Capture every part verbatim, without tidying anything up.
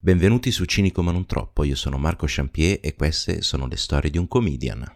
Benvenuti su Cinico ma non troppo, io sono Marco Champier e queste sono le storie di un comedian.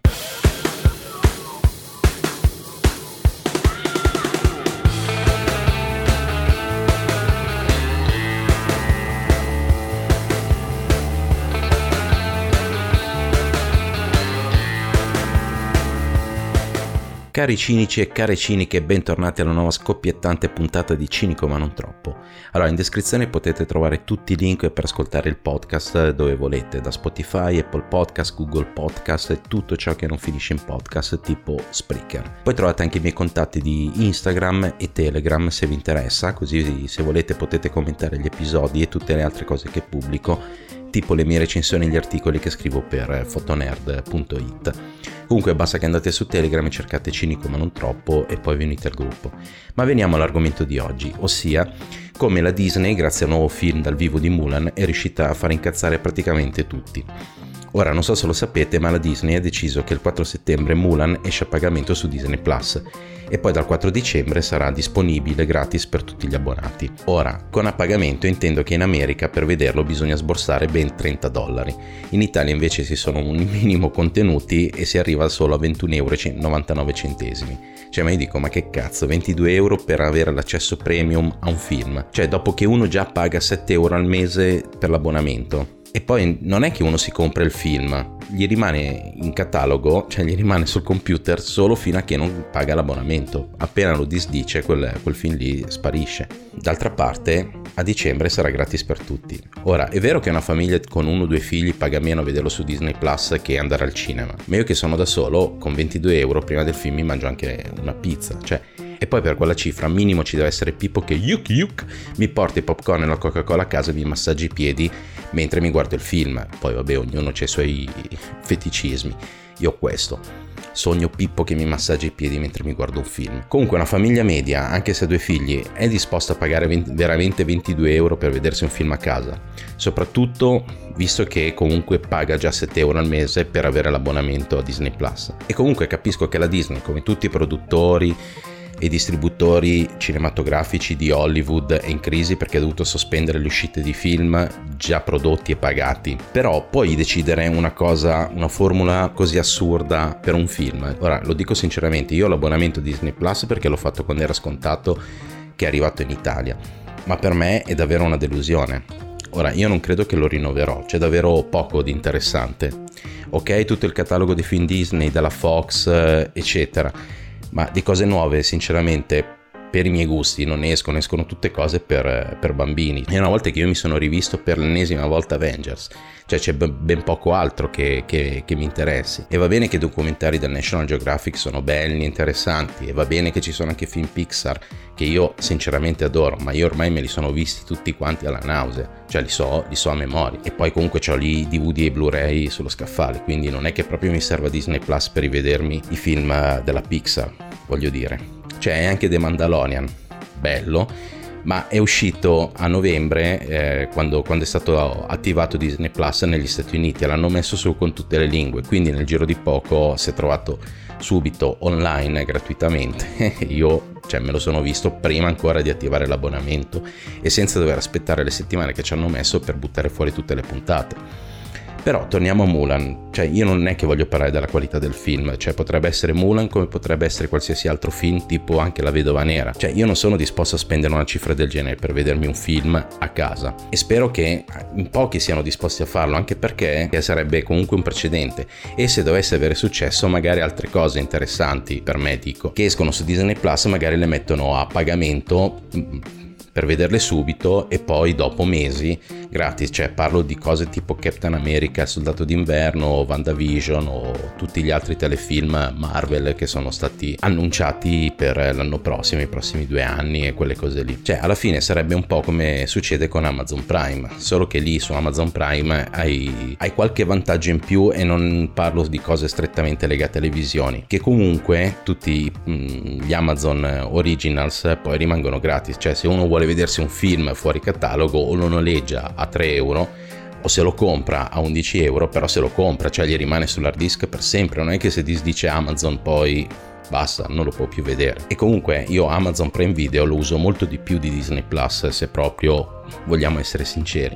Cari cinici e care ciniche, bentornati alla nuova scoppiettante puntata di Cinico ma non troppo. Allora, in descrizione potete trovare tutti i link per ascoltare il podcast dove volete, da Spotify, Apple Podcast, Google Podcast e tutto ciò che non finisce in podcast tipo Spreaker. Poi trovate anche i miei contatti di Instagram e Telegram se vi interessa, così se volete potete commentare gli episodi e tutte le altre cose che pubblico, tipo le mie recensioni e gli articoli che scrivo per fotonerd punto it. Comunque basta che andate su Telegram e cercate Cinico ma non troppo e poi vi unite al gruppo. Ma veniamo all'argomento di oggi, ossia come la Disney, grazie al nuovo film dal vivo di Mulan, è riuscita a far incazzare praticamente tutti. Ora, non so se lo sapete, ma la Disney ha deciso che il quattro settembre Mulan esce a pagamento su Disney Plus e poi dal quattro dicembre sarà disponibile gratis per tutti gli abbonati. Ora, con a pagamento intendo che in America per vederlo bisogna sborsare ben trenta dollari. In Italia invece ci sono un minimo contenuti e si arriva solo a ventuno euro e novantanove centesimi. Cioè, ma io dico, ma che cazzo, ventidue euro per avere l'accesso premium a un film? Cioè, dopo che uno già paga sette euro al mese per l'abbonamento. E poi non è che uno si compra il film, gli rimane in catalogo, cioè gli rimane sul computer solo fino a che non paga l'abbonamento. Appena lo disdice, quel, quel film lì sparisce. D'altra parte, a dicembre sarà gratis per tutti. Ora, è vero che una famiglia con uno o due figli paga meno a vederlo su Disney Plus che andare al cinema, ma io che sono da solo, con ventidue euro prima del film mi mangio anche una pizza, cioè... E poi per quella cifra minimo ci deve essere Pippo che yuk yuk mi porta i popcorn e la Coca-Cola a casa e mi massaggia i piedi mentre mi guardo il film. Poi vabbè, ognuno ha i suoi feticismi. Io ho questo. Sogno Pippo che mi massaggia i piedi mentre mi guardo un film. Comunque una famiglia media, anche se ha due figli, è disposta a pagare venti, veramente ventidue euro per vedersi un film a casa. Soprattutto visto che comunque paga già sette euro al mese per avere l'abbonamento a Disney Plus. E comunque capisco che la Disney, come tutti i produttori e distributori cinematografici di Hollywood, è in crisi perché ha dovuto sospendere le uscite di film già prodotti e pagati. Però puoi decidere una cosa, una formula così assurda per un film? Ora, lo dico sinceramente, io ho l'abbonamento Disney Plus perché l'ho fatto quando era scontato che è arrivato in Italia, ma per me è davvero una delusione. Ora, io non credo che lo rinnoverò, c'è davvero poco di interessante. Ok, tutto il catalogo dei film Disney, dalla Fox, eccetera, ma di cose nuove sinceramente per i miei gusti non escono, escono tutte cose per, per bambini. E una volta che io mi sono rivisto per l'ennesima volta Avengers, cioè c'è ben poco altro che, che, che mi interessi. E va bene che i documentari del National Geographic sono belli e interessanti, e va bene che ci sono anche film Pixar che io sinceramente adoro, ma io ormai me li sono visti tutti quanti alla nausea, cioè li so, li so a memoria. E poi comunque c'ho lì i D V D e Blu-ray sullo scaffale, quindi non è che proprio mi serva Disney Plus per rivedermi i film della Pixar, voglio dire. C'è anche The Mandalorian, bello, ma è uscito a novembre eh, quando, quando è stato attivato Disney Plus negli Stati Uniti, l'hanno messo su con tutte le lingue, quindi nel giro di poco si è trovato subito online gratuitamente. Io cioè, me lo sono visto prima ancora di attivare l'abbonamento e senza dover aspettare le settimane che ci hanno messo per buttare fuori tutte le puntate. Però torniamo a Mulan, cioè io non è che voglio parlare della qualità del film, cioè potrebbe essere Mulan come potrebbe essere qualsiasi altro film, tipo anche La Vedova Nera. Cioè io non sono disposto a spendere una cifra del genere per vedermi un film a casa e spero che in pochi siano disposti a farlo, anche perché sarebbe comunque un precedente e se dovesse avere successo magari altre cose interessanti, per me dico, che escono su Disney Plus magari le mettono a pagamento per vederle subito e poi dopo mesi gratis, cioè parlo di cose tipo Captain America, Soldato d'Inverno, WandaVision o tutti gli altri telefilm Marvel che sono stati annunciati per l'anno prossimo, i prossimi due anni e quelle cose lì. Cioè alla fine sarebbe un po' come succede con Amazon Prime, solo che lì su Amazon Prime hai, hai qualche vantaggio in più e non parlo di cose strettamente legate alle visioni, che comunque tutti mh, gli Amazon Originals poi rimangono gratis, cioè se uno vuole vedersi un film fuori catalogo o lo noleggia a tre euro o se lo compra a undici euro, però se lo compra, cioè gli rimane sull'hard disk per sempre, non è che se disdice Amazon poi basta, non lo può più vedere. E comunque io Amazon Prime Video lo uso molto di più di Disney Plus, se proprio vogliamo essere sinceri.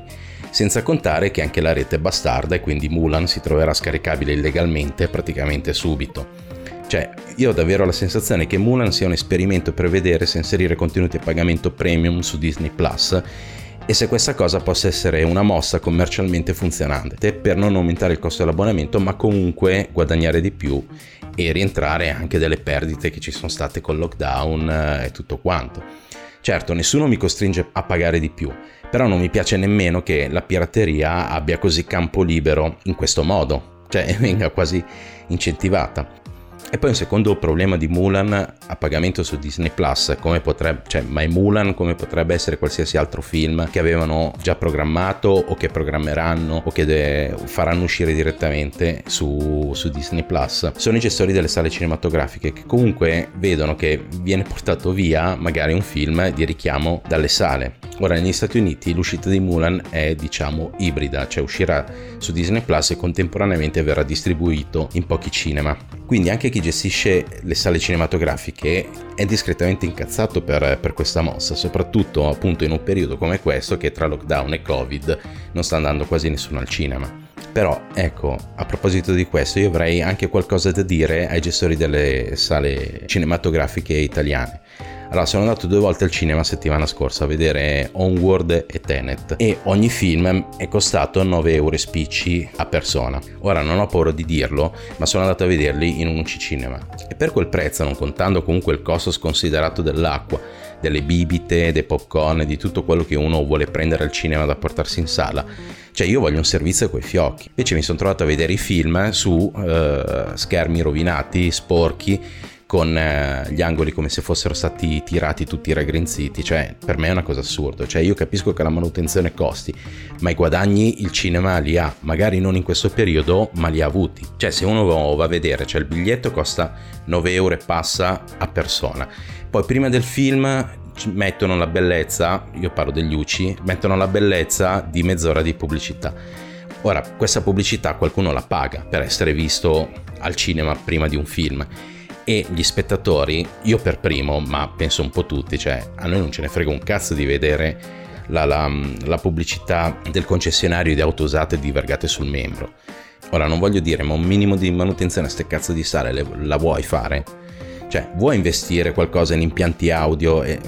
Senza contare che anche la rete è bastarda e quindi Mulan si troverà scaricabile illegalmente praticamente subito. Cioè, io ho davvero la sensazione che Mulan sia un esperimento per vedere se inserire contenuti a pagamento premium su Disney Plus e se questa cosa possa essere una mossa commercialmente funzionante per non aumentare il costo dell'abbonamento, ma comunque guadagnare di più e rientrare anche delle perdite che ci sono state col lockdown e tutto quanto. Certo, nessuno mi costringe a pagare di più, però non mi piace nemmeno che la pirateria abbia così campo libero in questo modo, cioè venga quasi incentivata. E poi un secondo problema di Mulan a pagamento su Disney Plus, come potrebbe, cioè, ma è Mulan come potrebbe essere qualsiasi altro film che avevano già programmato o che programmeranno o che de- faranno uscire direttamente su, su Disney Plus. Sono i gestori delle sale cinematografiche che comunque vedono che viene portato via magari un film di richiamo dalle sale. Ora, negli Stati Uniti l'uscita di Mulan è, diciamo, ibrida, cioè uscirà su Disney Plus e contemporaneamente verrà distribuito in pochi cinema. Quindi anche chi gestisce le sale cinematografiche è discretamente incazzato per, per questa mossa, soprattutto appunto in un periodo come questo che tra lockdown e Covid non sta andando quasi nessuno al cinema. Però ecco, a proposito di questo, io avrei anche qualcosa da dire ai gestori delle sale cinematografiche italiane. Allora, sono andato due volte al cinema settimana scorsa a vedere Onward e Tenet e ogni film è costato nove euro spicci a persona. Ora non ho paura di dirlo, ma sono andato a vederli in un U C Cinema e per quel prezzo, non contando comunque il costo sconsiderato dell'acqua, delle bibite, dei popcorn, di tutto quello che uno vuole prendere al cinema da portarsi in sala, cioè io voglio un servizio coi fiocchi. Invece mi sono trovato a vedere i film su eh, schermi rovinati, sporchi, con eh, gli angoli come se fossero stati tirati tutti raggrinziti. Cioè, per me è una cosa assurda. Cioè, io capisco che la manutenzione costi, ma i guadagni il cinema li ha, magari non in questo periodo, ma li ha avuti. Cioè, se uno va a vedere, cioè il biglietto costa nove euro e passa a persona, poi prima del film mettono la bellezza, io parlo degli U C I, mettono la bellezza di mezz'ora di pubblicità. Ora, questa pubblicità qualcuno la paga per essere visto al cinema prima di un film, e gli spettatori, io per primo, ma penso un po' tutti, cioè a noi non ce ne frega un cazzo di vedere la, la, la pubblicità del concessionario di auto usate di Vergate sul Membro. Ora non voglio dire, ma un minimo di manutenzione a ste cazzo di sale le, la vuoi fare? Cioè, vuoi investire qualcosa in impianti audio e,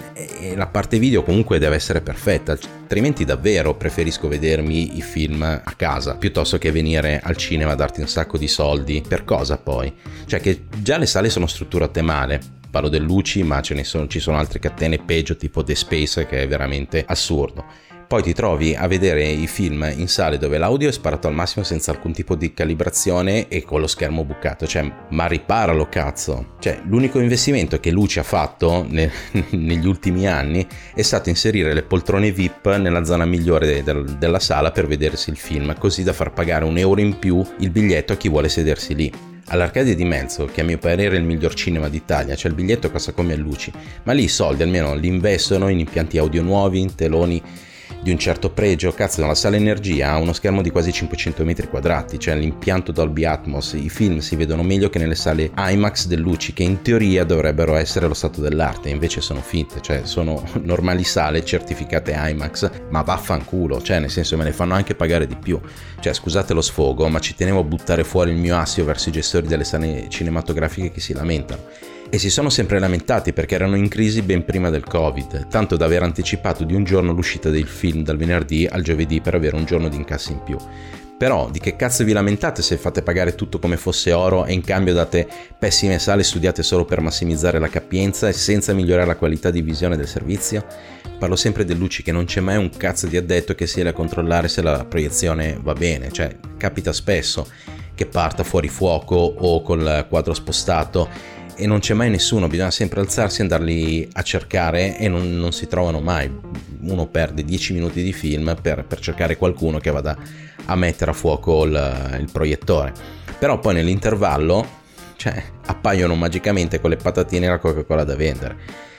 e la parte video comunque deve essere perfetta, altrimenti davvero preferisco vedermi i film a casa piuttosto che venire al cinema a darti un sacco di soldi. Per cosa poi? Cioè, che già le sale sono strutturate male, parlo dell'U C I, ma ce ne sono, ci sono altre catene peggio tipo The Space, che è veramente assurdo. Poi ti trovi a vedere i film in sale dove l'audio è sparato al massimo senza alcun tipo di calibrazione e con lo schermo bucato. Cioè, ma riparalo, cazzo. Cioè, l'unico investimento che l'U C I ha fatto ne- negli ultimi anni è stato inserire le poltrone V I P nella zona migliore de- de- della sala per vedersi il film, così da far pagare un euro in più il biglietto a chi vuole sedersi lì. All'Arcadia di Mezzo, che a mio parere è il miglior cinema d'Italia, cioè il biglietto costa come all'U C I, ma lì i soldi almeno li investono in impianti audio nuovi, in teloni di un certo pregio. Cazzo, la sala Energia ha uno schermo di quasi cinquecento metri quadrati, cioè l'impianto Dolby Atmos, i film si vedono meglio che nelle sale IMAX dell'U C I, che in teoria dovrebbero essere lo stato dell'arte, invece sono finte, cioè sono normali sale certificate IMAX, ma vaffanculo, cioè nel senso me ne fanno anche pagare di più. Cioè, scusate lo sfogo, ma ci tenevo a buttare fuori il mio assio verso i gestori delle sale cinematografiche che si lamentano. E si sono sempre lamentati perché erano in crisi ben prima del Covid, tanto da aver anticipato di un giorno l'uscita del film dal venerdì al giovedì per avere un giorno di incassi in più. Però di che cazzo vi lamentate se fate pagare tutto come fosse oro e in cambio date pessime sale studiate solo per massimizzare la capienza e senza migliorare la qualità di visione del servizio? Parlo sempre dell'U C I, che non c'è mai un cazzo di addetto che sia lì a controllare se la proiezione va bene. Cioè, capita spesso che parta fuori fuoco o col quadro spostato e non c'è mai nessuno, bisogna sempre alzarsi e andarli a cercare e non, non si trovano mai. Uno perde dieci minuti di film per, per cercare qualcuno che vada a mettere a fuoco il, il proiettore. Però poi nell'intervallo, cioè, appaiono magicamente con le patatine e la Coca-Cola da vendere.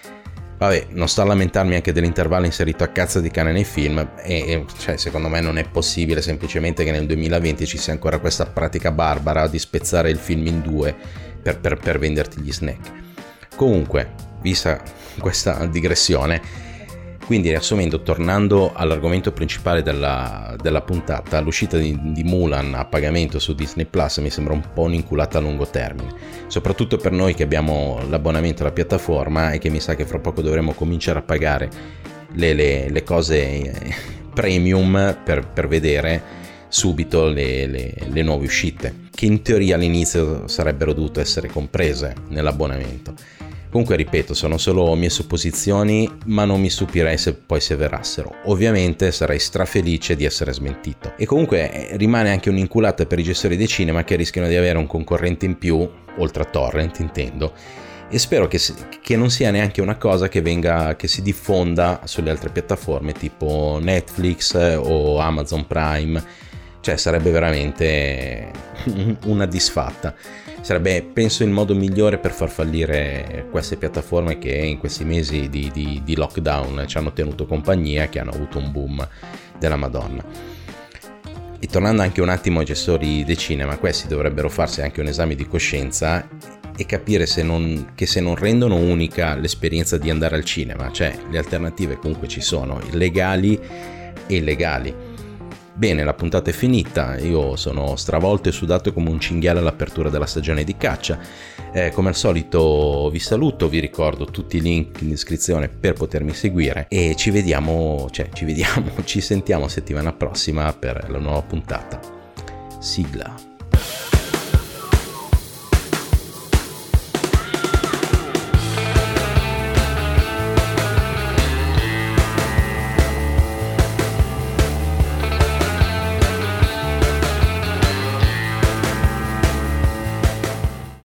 Vabbè, non sto a lamentarmi anche dell'intervallo inserito a cazzo di cane nei film e, e cioè, secondo me non è possibile semplicemente che nel duemilaventi ci sia ancora questa pratica barbara di spezzare il film in due per, per, per venderti gli snack. Comunque, vista questa digressione, Quindi, riassumendo, tornando all'argomento principale della, della puntata, l'uscita di, di Mulan a pagamento su Disney Plus mi sembra un po' un'inculata a lungo termine, soprattutto per noi che abbiamo l'abbonamento alla piattaforma e che mi sa che fra poco dovremo cominciare a pagare le, le, le cose premium per, per vedere subito le, le, le nuove uscite, che in teoria all'inizio sarebbero dovute essere comprese nell'abbonamento. Comunque, ripeto, sono solo mie supposizioni, ma non mi stupirei se poi si avverassero. Ovviamente sarei strafelice di essere smentito. E comunque rimane anche un'inculata per i gestori dei cinema, che rischiano di avere un concorrente in più, oltre a torrent intendo, e spero che, che non sia neanche una cosa che venga, che si diffonda sulle altre piattaforme tipo Netflix o Amazon Prime. Cioè, sarebbe veramente una disfatta. Sarebbe, penso, il modo migliore per far fallire queste piattaforme che in questi mesi di, di, di lockdown ci hanno tenuto compagnia, che hanno avuto un boom della Madonna. E tornando anche un attimo ai gestori dei cinema, questi dovrebbero farsi anche un esame di coscienza e capire se non, che se non rendono unica l'esperienza di andare al cinema, cioè le alternative comunque ci sono, legali e illegali. Bene, la puntata è finita, io sono stravolto e sudato come un cinghiale all'apertura della stagione di caccia. Eh, come al solito vi saluto, vi ricordo tutti i link in descrizione per potermi seguire e ci vediamo, cioè ci vediamo, ci sentiamo settimana prossima per la nuova puntata. Sigla.